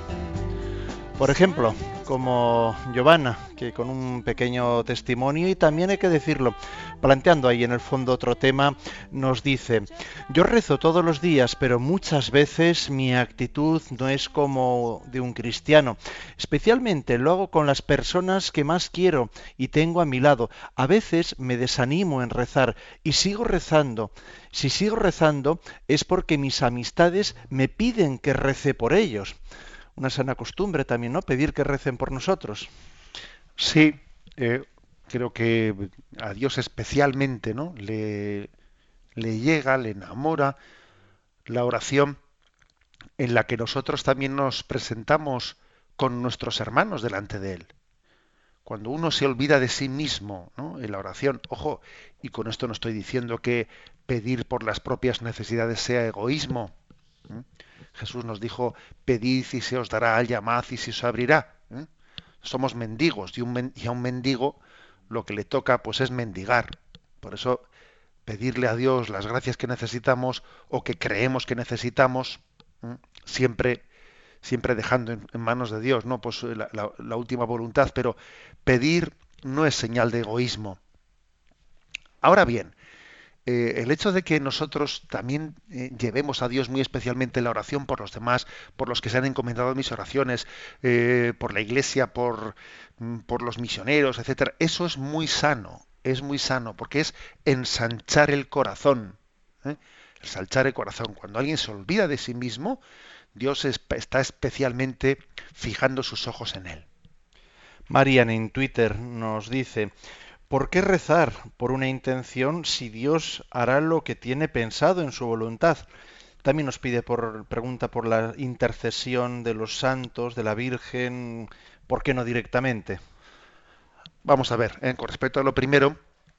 Por ejemplo, como Giovanna, que con un pequeño testimonio, y también hay que decirlo, planteando ahí en el fondo otro tema, nos dice: yo rezo todos los días, pero muchas veces mi actitud no es como de un cristiano. Especialmente lo hago con las personas que más quiero y tengo a mi lado. A veces me desanimo en rezar y sigo rezando. Si sigo rezando es porque mis amistades me piden que rece por ellos. Una sana costumbre también, ¿no? Pedir que recen por nosotros. Sí, eh, creo que a Dios especialmente, ¿no? Le, le llega, le enamora la oración en la que nosotros también nos presentamos con nuestros hermanos delante de Él. Cuando uno se olvida de sí mismo, ¿no? En la oración, ojo, y con esto no estoy diciendo que pedir por las propias necesidades sea egoísmo. ¿Mm? Jesús nos dijo: pedid y se os dará, llamad y se os abrirá. ¿Eh? Somos mendigos y, un men- y a un mendigo lo que le toca pues es mendigar. Por eso pedirle a Dios las gracias que necesitamos o que creemos que necesitamos, ¿eh? siempre siempre dejando en, en manos de Dios, no pues la, la, la última voluntad, pero pedir no es señal de egoísmo. Ahora bien, Eh, el hecho de que nosotros también eh, llevemos a Dios muy especialmente la oración por los demás, por los que se han encomendado mis oraciones, eh, por la Iglesia, por, mm, por los misioneros, etcétera, eso es muy sano, es muy sano, porque es ensanchar el corazón, ¿eh? Ensanchar el corazón. Cuando alguien se olvida de sí mismo, Dios es, está especialmente fijando sus ojos en él. Marian en Twitter nos dice: ¿por qué rezar por una intención si Dios hará lo que tiene pensado en su voluntad? También nos pide por pregunta por la intercesión de los santos, de la Virgen. ¿Por qué no directamente? Vamos a ver, ¿eh? Con respecto a lo primero,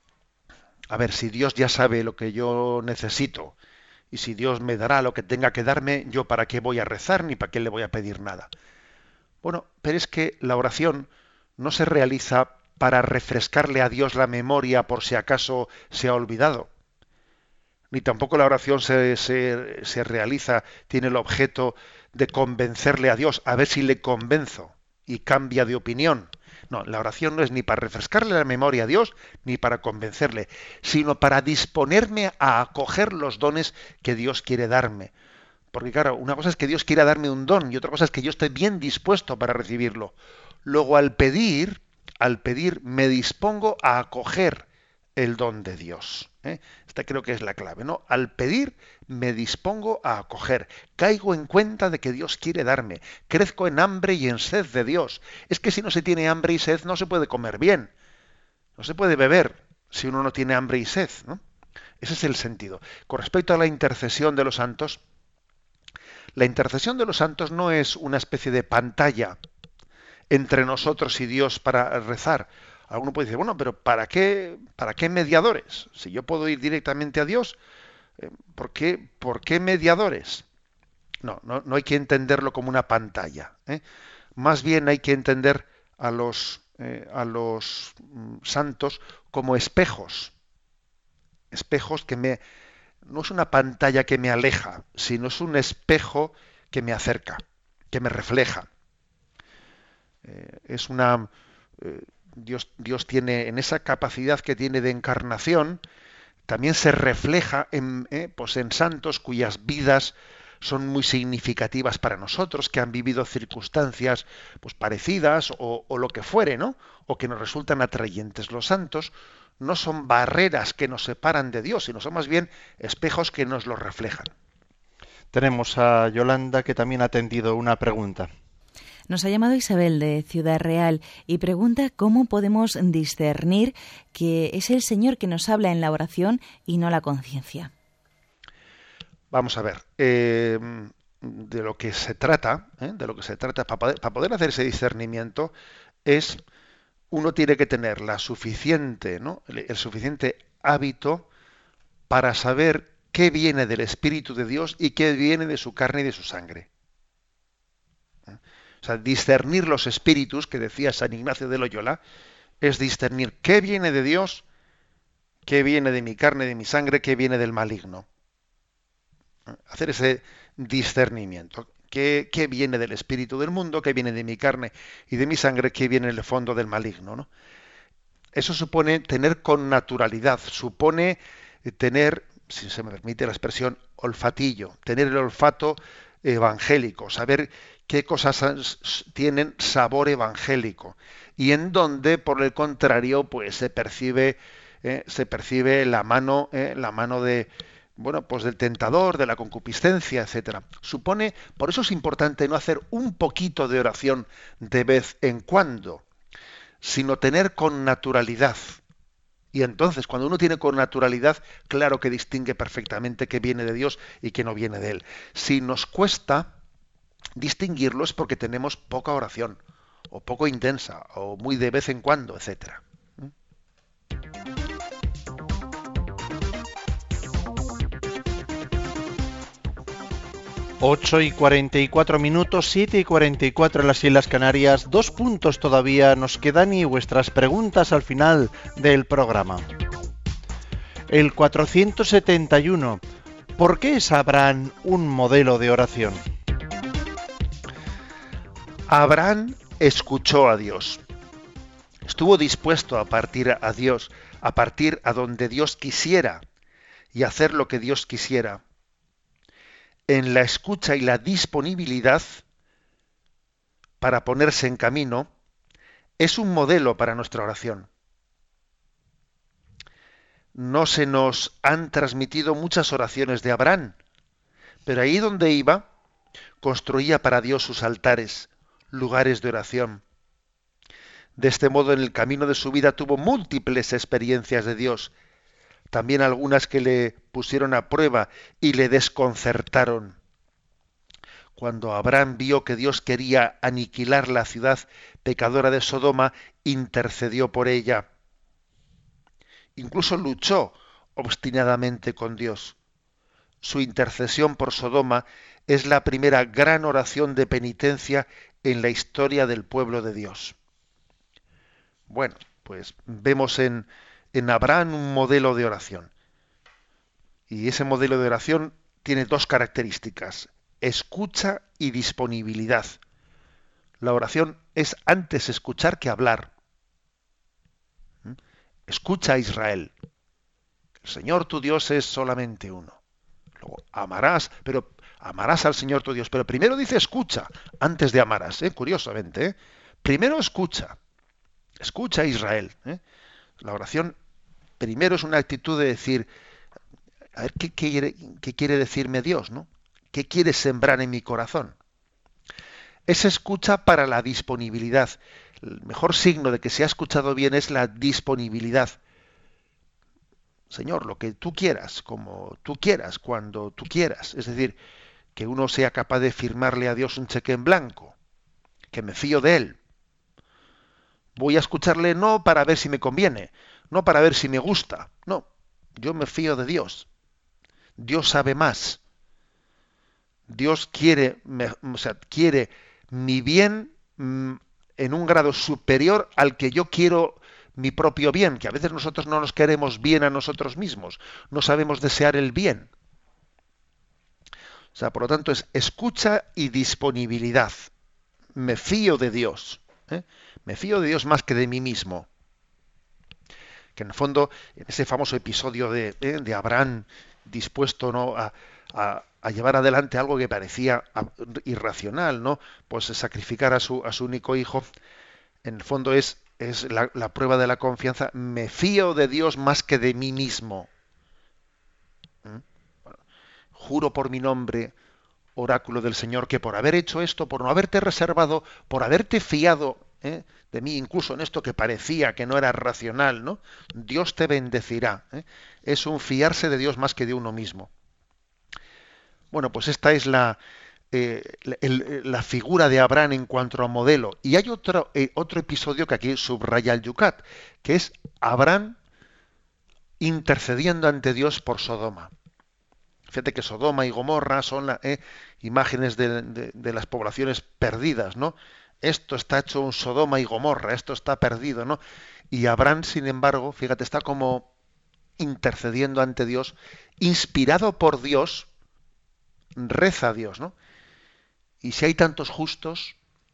a ver, si Dios ya sabe lo que yo necesito y si Dios me dará lo que tenga que darme, ¿yo para qué voy a rezar ni para qué le voy a pedir nada? Bueno, pero es que la oración no se realiza para refrescarle a Dios la memoria por si acaso se ha olvidado. ni tampoco la oración se, se, se realiza, tiene el objeto de convencerle a Dios, a ver si le convenzo y cambia de opinión. No, la oración no es ni para refrescarle la memoria a Dios, ni para convencerle, sino para disponerme a acoger los dones que Dios quiere darme. Porque claro, una cosa es que Dios quiera darme un don y otra cosa es que yo esté bien dispuesto para recibirlo. Luego al pedir, al pedir me dispongo a acoger el don de Dios. ¿eh? Esta creo que es la clave, ¿no? Al pedir me dispongo a acoger. Caigo en cuenta de que Dios quiere darme. Crezco en hambre y en sed de Dios. Es que si no se tiene hambre y sed no se puede comer bien. No se puede beber si uno no tiene hambre y sed, ¿no? Ese es el sentido. Con respecto a la intercesión de los santos, la intercesión de los santos no es una especie de pantalla entre nosotros y Dios para rezar. Alguno puede decir, bueno, pero ¿para qué, para qué mediadores? Si yo puedo ir directamente a Dios, ¿por qué, por qué mediadores? No, no, no hay que entenderlo como una pantalla. ¿eh? Más bien hay que entender a los, eh, a los mm, santos como espejos. Espejos que me... No es una pantalla que me aleja, sino es un espejo que me acerca, que me refleja. Eh, es una... Eh, Dios, Dios tiene, en esa capacidad que tiene de encarnación, también se refleja en, eh, pues en santos cuyas vidas son muy significativas para nosotros, que han vivido circunstancias pues parecidas o, o lo que fuere, ¿no? O que nos resultan atrayentes. Los santos no son barreras que nos separan de Dios, sino son más bien espejos que nos lo reflejan. Tenemos a Yolanda, que también ha tendido una pregunta. Nos ha llamado Isabel de Ciudad Real y pregunta cómo podemos discernir que es el Señor que nos habla en la oración y no la conciencia. Vamos a ver, eh, de lo que se trata, ¿eh? de lo que se trata para poder, para poder hacer ese discernimiento es, uno tiene que tener la suficiente, ¿no? el, el suficiente hábito para saber qué viene del Espíritu de Dios y qué viene de su carne y de su sangre. O sea, discernir los espíritus, que decía San Ignacio de Loyola, es discernir qué viene de Dios, qué viene de mi carne, de mi sangre, qué viene del maligno. Hacer ese discernimiento. ¿Qué, qué viene del espíritu del mundo, qué viene de mi carne y de mi sangre, qué viene en el fondo del maligno, ¿no? Eso supone tener con naturalidad, supone tener, si se me permite la expresión, olfatillo, tener el olfato evangélico, saber qué cosas tienen sabor evangélico y en donde, por el contrario, pues se percibe, eh, se percibe la mano, eh, la mano de, bueno, pues del tentador, de la concupiscencia, etcétera. Supone, por eso es importante no hacer un poquito de oración de vez en cuando, sino tener con naturalidad. Y entonces, cuando uno tiene con naturalidad, claro que distingue perfectamente qué viene de Dios y qué no viene de Él. Si nos cuesta distinguirlo es porque tenemos poca oración, o poco intensa, o muy de vez en cuando, etcétera. ocho y cuarenta y cuatro minutos, siete y cuarenta y cuatro en las Islas Canarias. Dos puntos todavía nos quedan y vuestras preguntas al final del programa. El cuatrocientos setenta y uno. ¿Por qué es Abraham un modelo de oración? Abraham escuchó a Dios. Estuvo dispuesto a partir a Dios, a partir a donde Dios quisiera y hacer lo que Dios quisiera. En la escucha y la disponibilidad para ponerse en camino, es un modelo para nuestra oración. No se nos han transmitido muchas oraciones de Abraham, pero ahí donde iba, construía para Dios sus altares, lugares de oración. De este modo, en el camino de su vida tuvo múltiples experiencias de Dios, también algunas que le pusieron a prueba y le desconcertaron. Cuando Abraham vio que Dios quería aniquilar la ciudad pecadora de Sodoma, intercedió por ella. Incluso luchó obstinadamente con Dios. Su intercesión por Sodoma es la primera gran oración de penitencia en la historia del pueblo de Dios. Bueno, pues vemos en, en Abraham un modelo de oración. Y ese modelo de oración tiene dos características: escucha y disponibilidad. La oración es antes escuchar que hablar. ¿Mm? Escucha a Israel. El Señor tu Dios es solamente uno. Luego amarás, pero amarás al Señor tu Dios. Pero primero dice escucha, antes de amarás, ¿eh? Curiosamente. ¿eh? Primero escucha. Escucha a Israel. ¿eh? La oración primero es una actitud de decir, a ver, ¿qué quiere, qué quiere decirme Dios? ¿no? ¿Qué quiere sembrar en mi corazón? Es escucha para la disponibilidad. El mejor signo de que se ha escuchado bien es la disponibilidad. Señor, lo que tú quieras, como tú quieras, cuando tú quieras. Es decir, que uno sea capaz de firmarle a Dios un cheque en blanco, que me fío de Él. Voy a escucharle no para ver si me conviene, no para ver si me gusta, no, yo me fío de Dios. Dios sabe más. Dios quiere, me, o sea, quiere mi bien mm, en un grado superior al que yo quiero mi propio bien, que a veces nosotros no nos queremos bien a nosotros mismos, no sabemos desear el bien. O sea, por lo tanto es escucha y disponibilidad. Me fío de Dios, ¿eh? Me fío de Dios más que de mí mismo. Que en el fondo, en ese famoso episodio de, ¿eh? de Abraham dispuesto, ¿no? a, a, a llevar adelante algo que parecía irracional, ¿no? Pues sacrificar a su, a su único hijo, en el fondo es, es la, la prueba de la confianza. Me fío de Dios más que de mí mismo. ¿Mm? Bueno, juro por mi nombre, oráculo del Señor, que por haber hecho esto, por no haberte reservado, por haberte fiado ¿eh? de mí, incluso en esto que parecía que no era racional, ¿no? Dios te bendecirá. ¿eh? Es un fiarse de Dios más que de uno mismo. Bueno, pues esta es la, eh, el, la figura de Abraham en cuanto a modelo. Y hay otro, eh, otro episodio que aquí subraya el Yucat, que es Abraham intercediendo ante Dios por Sodoma. Fíjate que Sodoma y Gomorra son la, eh, imágenes de, de, de las poblaciones perdidas, ¿no? Esto está hecho un Sodoma y Gomorra, esto está perdido, ¿no? Y Abraham, sin embargo, fíjate, está como intercediendo ante Dios, inspirado por Dios, reza a Dios, ¿no? Y si hay tantos justos,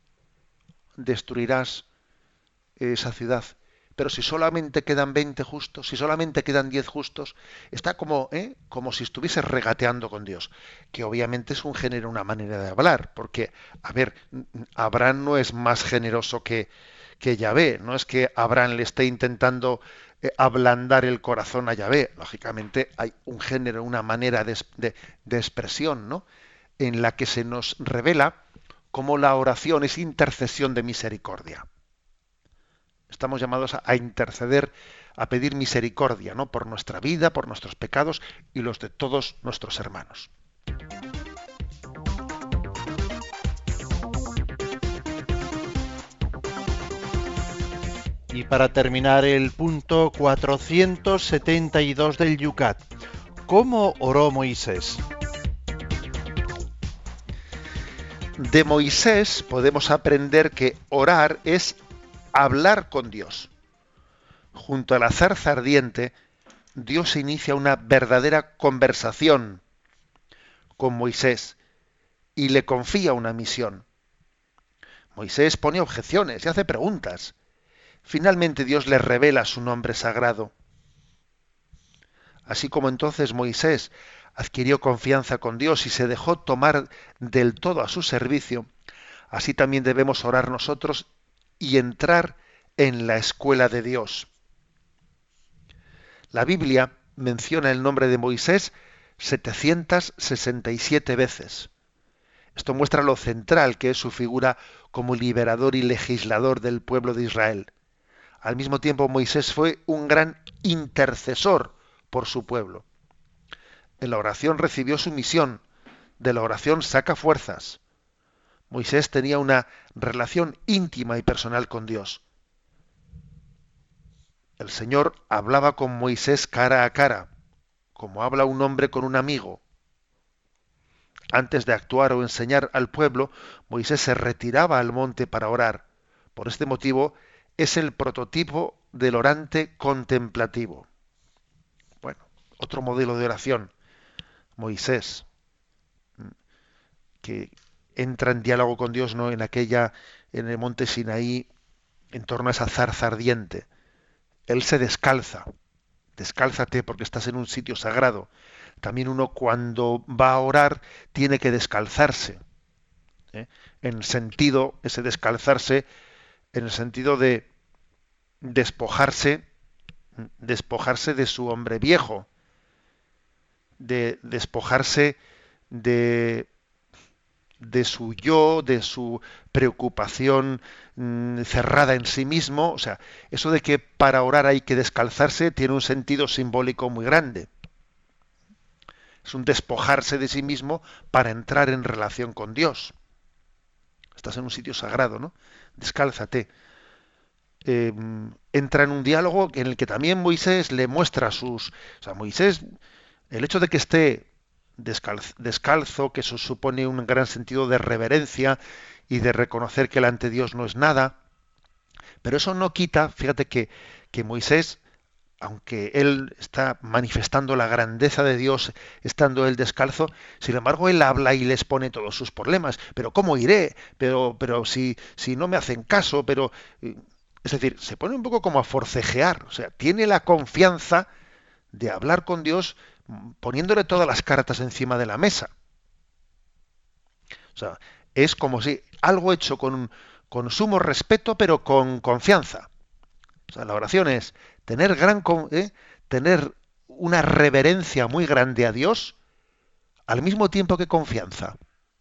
destruirás esa ciudad. Pero si solamente quedan veinte justos, si solamente quedan diez justos, está como, ¿eh? como si estuviese regateando con Dios, que obviamente es un género, una manera de hablar, porque, a ver, Abraham no es más generoso que, que Yahvé, no es que Abraham le esté intentando eh, ablandar el corazón a Yahvé. Lógicamente hay un género, una manera de, de, de expresión, ¿no? En la que se nos revela cómo la oración es intercesión de misericordia. Estamos llamados a, a interceder, a pedir misericordia, ¿no? Por nuestra vida, por nuestros pecados y los de todos nuestros hermanos. Y para terminar el punto cuatrocientos setenta y dos del Yucat, ¿cómo oró Moisés? De Moisés podemos aprender que orar es hablar con Dios. Junto a la zarza ardiente, Dios inicia una verdadera conversación con Moisés y le confía una misión. Moisés pone objeciones y hace preguntas. Finalmente Dios le revela su nombre sagrado. Así como entonces Moisés adquirió confianza con Dios y se dejó tomar del todo a su servicio, así también debemos orar nosotros y entrar en la escuela de Dios. La Biblia menciona el nombre de Moisés setecientas sesenta y siete veces. Esto muestra lo central que es su figura como liberador y legislador del pueblo de Israel. Al mismo tiempo, Moisés fue un gran intercesor por su pueblo. En la oración recibió su misión, de la oración saca fuerzas. Moisés tenía una relación íntima y personal con Dios. El Señor hablaba con Moisés cara a cara, como habla un hombre con un amigo. Antes de actuar o enseñar al pueblo, Moisés se retiraba al monte para orar. Por este motivo, es el prototipo del orante contemplativo. Bueno, otro modelo de oración. Moisés, que entra en diálogo con Dios, ¿no?, en aquella, en el monte Sinaí, en torno a esa zarza ardiente. Él se descalza. Descálzate porque estás en un sitio sagrado. También uno cuando va a orar tiene que descalzarse. ¿eh? En sentido, ese descalzarse, en el sentido de despojarse, despojarse de su hombre viejo, de despojarse de, de su yo, de su preocupación mmm, cerrada en sí mismo. O sea, eso de que para orar hay que descalzarse tiene un sentido simbólico muy grande. Es un despojarse de sí mismo para entrar en relación con Dios. Estás en un sitio sagrado, ¿no? Descálzate. Eh, entra en un diálogo en el que también Moisés le muestra sus... O sea, Moisés, el hecho de que esté descalzo, descalzo, que eso supone un gran sentido de reverencia y de reconocer que delante de Dios no es nada, pero eso no quita, fíjate que, que Moisés, aunque él está manifestando la grandeza de Dios estando él descalzo, sin embargo él habla y les pone todos sus problemas. Pero ¿cómo iré? Pero, pero si, si no me hacen caso, pero... Es decir, se pone un poco como a forcejear, o sea, tiene la confianza de hablar con Dios poniéndole todas las cartas encima de la mesa. O sea, es como si algo hecho con, con sumo respeto, pero con confianza. O sea, la oración es tener gran eh, tener una reverencia muy grande a Dios al mismo tiempo que confianza.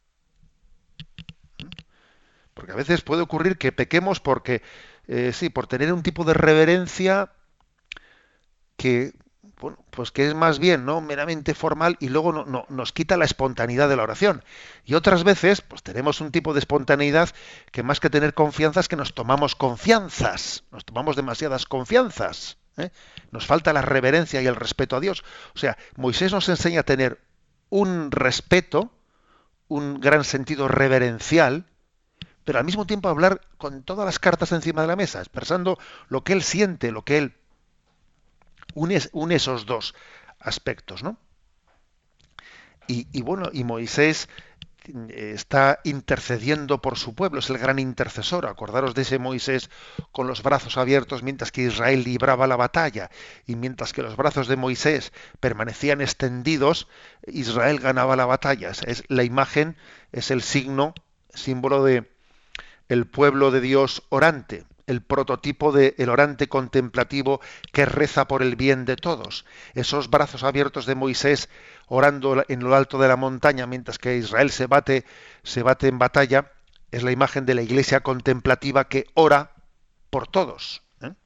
Porque a veces puede ocurrir que pequemos porque eh, sí, por tener un tipo de reverencia que, bueno, pues que es más bien, ¿no?, meramente formal, y luego no, no, nos quita la espontaneidad de la oración. Y otras veces, pues tenemos un tipo de espontaneidad que más que tener confianza es que nos tomamos confianzas, nos tomamos demasiadas confianzas. ¿eh? Nos falta la reverencia y el respeto a Dios. O sea, Moisés nos enseña a tener un respeto, un gran sentido reverencial, pero al mismo tiempo hablar con todas las cartas encima de la mesa, expresando lo que él siente, lo que él une, une esos dos aspectos, ¿no? Y, y bueno, y Moisés está intercediendo por su pueblo, es el gran intercesor. Acordaros de ese Moisés con los brazos abiertos mientras que Israel libraba la batalla, y mientras que los brazos de Moisés permanecían extendidos, Israel ganaba la batalla. Es la imagen, es el signo, símbolo de el pueblo de Dios orante, el prototipo del orante contemplativo que reza por el bien de todos. Esos brazos abiertos de Moisés orando en lo alto de la montaña mientras que Israel se bate, se bate en batalla, es la imagen de la iglesia contemplativa que ora por todos. ¿eh?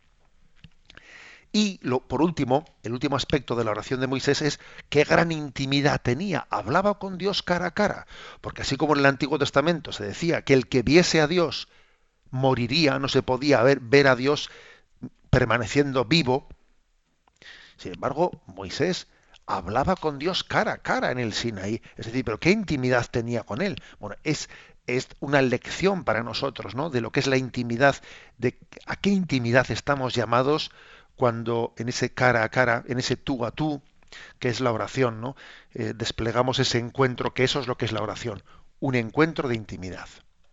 Y lo, por último, el último aspecto de la oración de Moisés es qué gran intimidad tenía. Hablaba con Dios cara a cara, porque así como en el Antiguo Testamento se decía que el que viese a Dios moriría, no se podía ver, ver a Dios permaneciendo vivo. Sin embargo, Moisés hablaba con Dios cara a cara en el Sinaí. Es decir, ¿pero qué intimidad tenía con él? Bueno, es, es una lección para nosotros, ¿no?, de lo que es la intimidad, de a qué intimidad estamos llamados cuando en ese cara a cara, en ese tú a tú, que es la oración, ¿no?, eh, desplegamos ese encuentro, que eso es lo que es la oración, un encuentro de intimidad.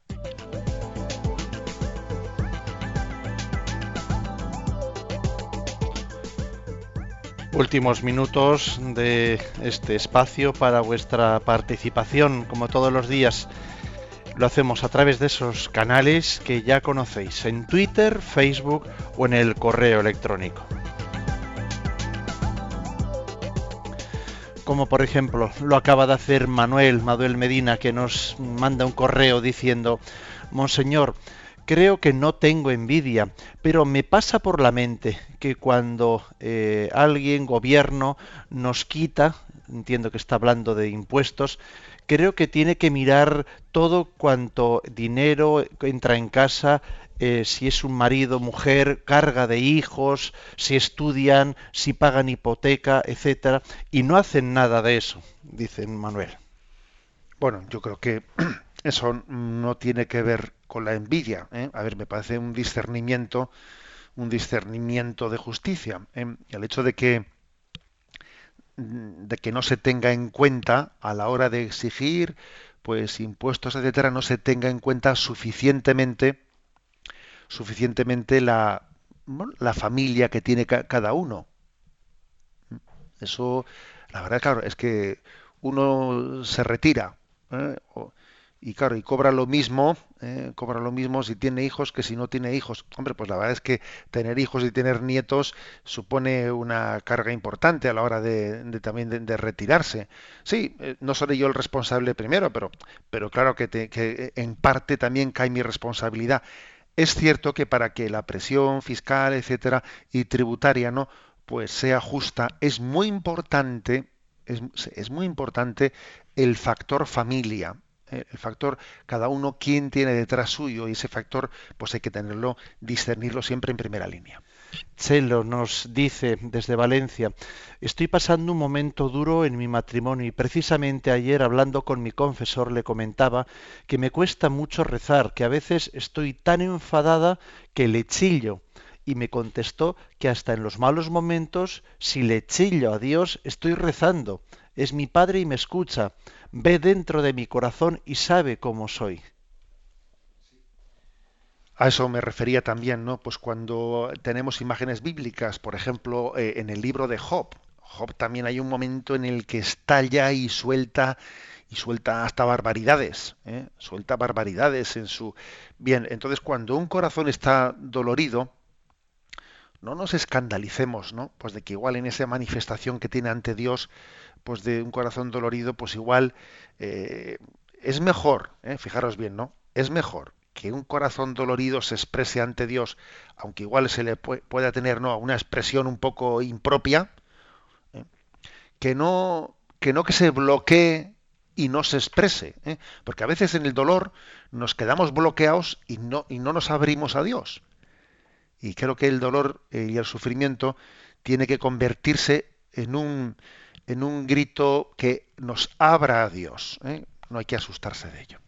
Últimos minutos de este espacio para vuestra participación, como todos los días. Lo hacemos a través de esos canales que ya conocéis, en Twitter, Facebook o en el correo electrónico. Como por ejemplo lo acaba de hacer Manuel, Manuel Medina, que nos manda un correo diciendo: Monseñor, creo que no tengo envidia, pero me pasa por la mente que cuando eh, alguien, gobierno, nos quita, entiendo que está hablando de impuestos, creo que tiene que mirar todo cuanto dinero entra en casa, eh, si es un marido, mujer, carga de hijos, si estudian, si pagan hipoteca, etcétera, y no hacen nada de eso, dice Manuel. Bueno, yo creo que eso no tiene que ver con la envidia, ¿eh? A ver, me parece un discernimiento, un discernimiento de justicia, ¿eh? El hecho de que de que no se tenga en cuenta a la hora de exigir pues impuestos, etcétera, no se tenga en cuenta suficientemente suficientemente la, bueno, la familia que tiene ca- cada uno. Eso, la verdad, claro, es que uno se retira, ¿eh? O- y claro, y cobra lo mismo, ¿eh? Cobra lo mismo si tiene hijos que si no tiene hijos. Hombre, pues la verdad es que tener hijos y tener nietos supone una carga importante a la hora de, de también de, de retirarse. Sí, eh, no seré yo el responsable primero, pero, pero claro que, te- que en parte también cae mi responsabilidad. Es cierto que para que la presión fiscal, etcétera, y tributaria, ¿no?, pues sea justa, es muy importante, es, es muy importante el factor familia, eh, el factor cada uno quién tiene detrás suyo, y ese factor pues hay que tenerlo, discernirlo siempre en primera línea. Chelo nos dice desde Valencia: estoy pasando un momento duro en mi matrimonio y precisamente ayer, hablando con mi confesor, le comentaba que me cuesta mucho rezar, que a veces estoy tan enfadada que le chillo, y me contestó que hasta en los malos momentos, si le chillo a Dios, estoy rezando. Es mi Padre y me escucha, ve dentro de mi corazón y sabe cómo soy. A eso me refería también, ¿no? Pues cuando tenemos imágenes bíblicas, por ejemplo, eh, en el libro de Job. Job también hay un momento en el que estalla y suelta y suelta hasta barbaridades, ¿eh? Suelta barbaridades en su... Bien, entonces cuando un corazón está dolorido, no nos escandalicemos, ¿no? Pues de que igual en esa manifestación que tiene ante Dios, pues de un corazón dolorido, pues igual eh, es mejor, ¿eh? Fijaros bien, ¿no? Es mejor que un corazón dolorido se exprese ante Dios, aunque igual se le pu- pueda tener, ¿no?, una expresión un poco impropia, ¿eh?, que no que no que se bloquee y no se exprese, ¿eh? Porque a veces en el dolor nos quedamos bloqueados y no y no nos abrimos a Dios. Y creo que el dolor eh, y el sufrimiento tiene que convertirse en un, en un grito que nos abra a Dios, ¿eh? No hay que asustarse de ello.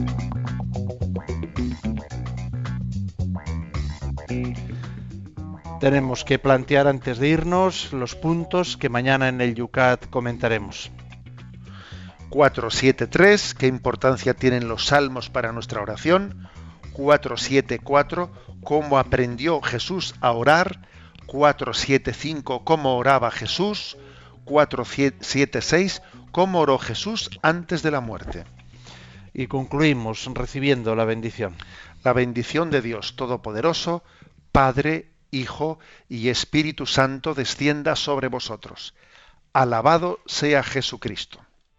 Tenemos que plantear antes de irnos los puntos que mañana en el Yucat comentaremos. cuatro siete tres, ¿qué importancia tienen los salmos para nuestra oración? cuatro siete cuatro, ¿cómo aprendió Jesús a orar? cuatro siete cinco, ¿cómo oraba Jesús? cuatro siete seis, ¿cómo oró Jesús antes de la muerte? Y concluimos recibiendo la bendición. La bendición de Dios Todopoderoso, Padre, Hijo y Espíritu Santo descienda sobre vosotros. Alabado sea Jesucristo.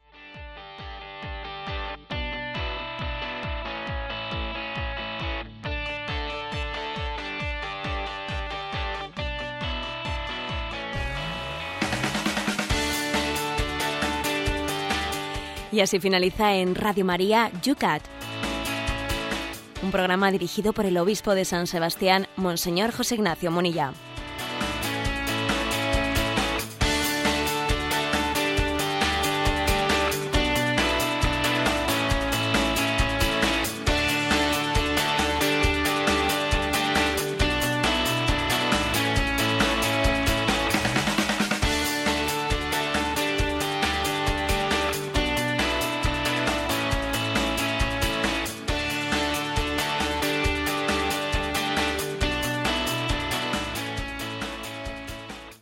Y así finaliza en Radio María Yucat, un programa dirigido por el obispo de San Sebastián, Monseñor José Ignacio Munilla.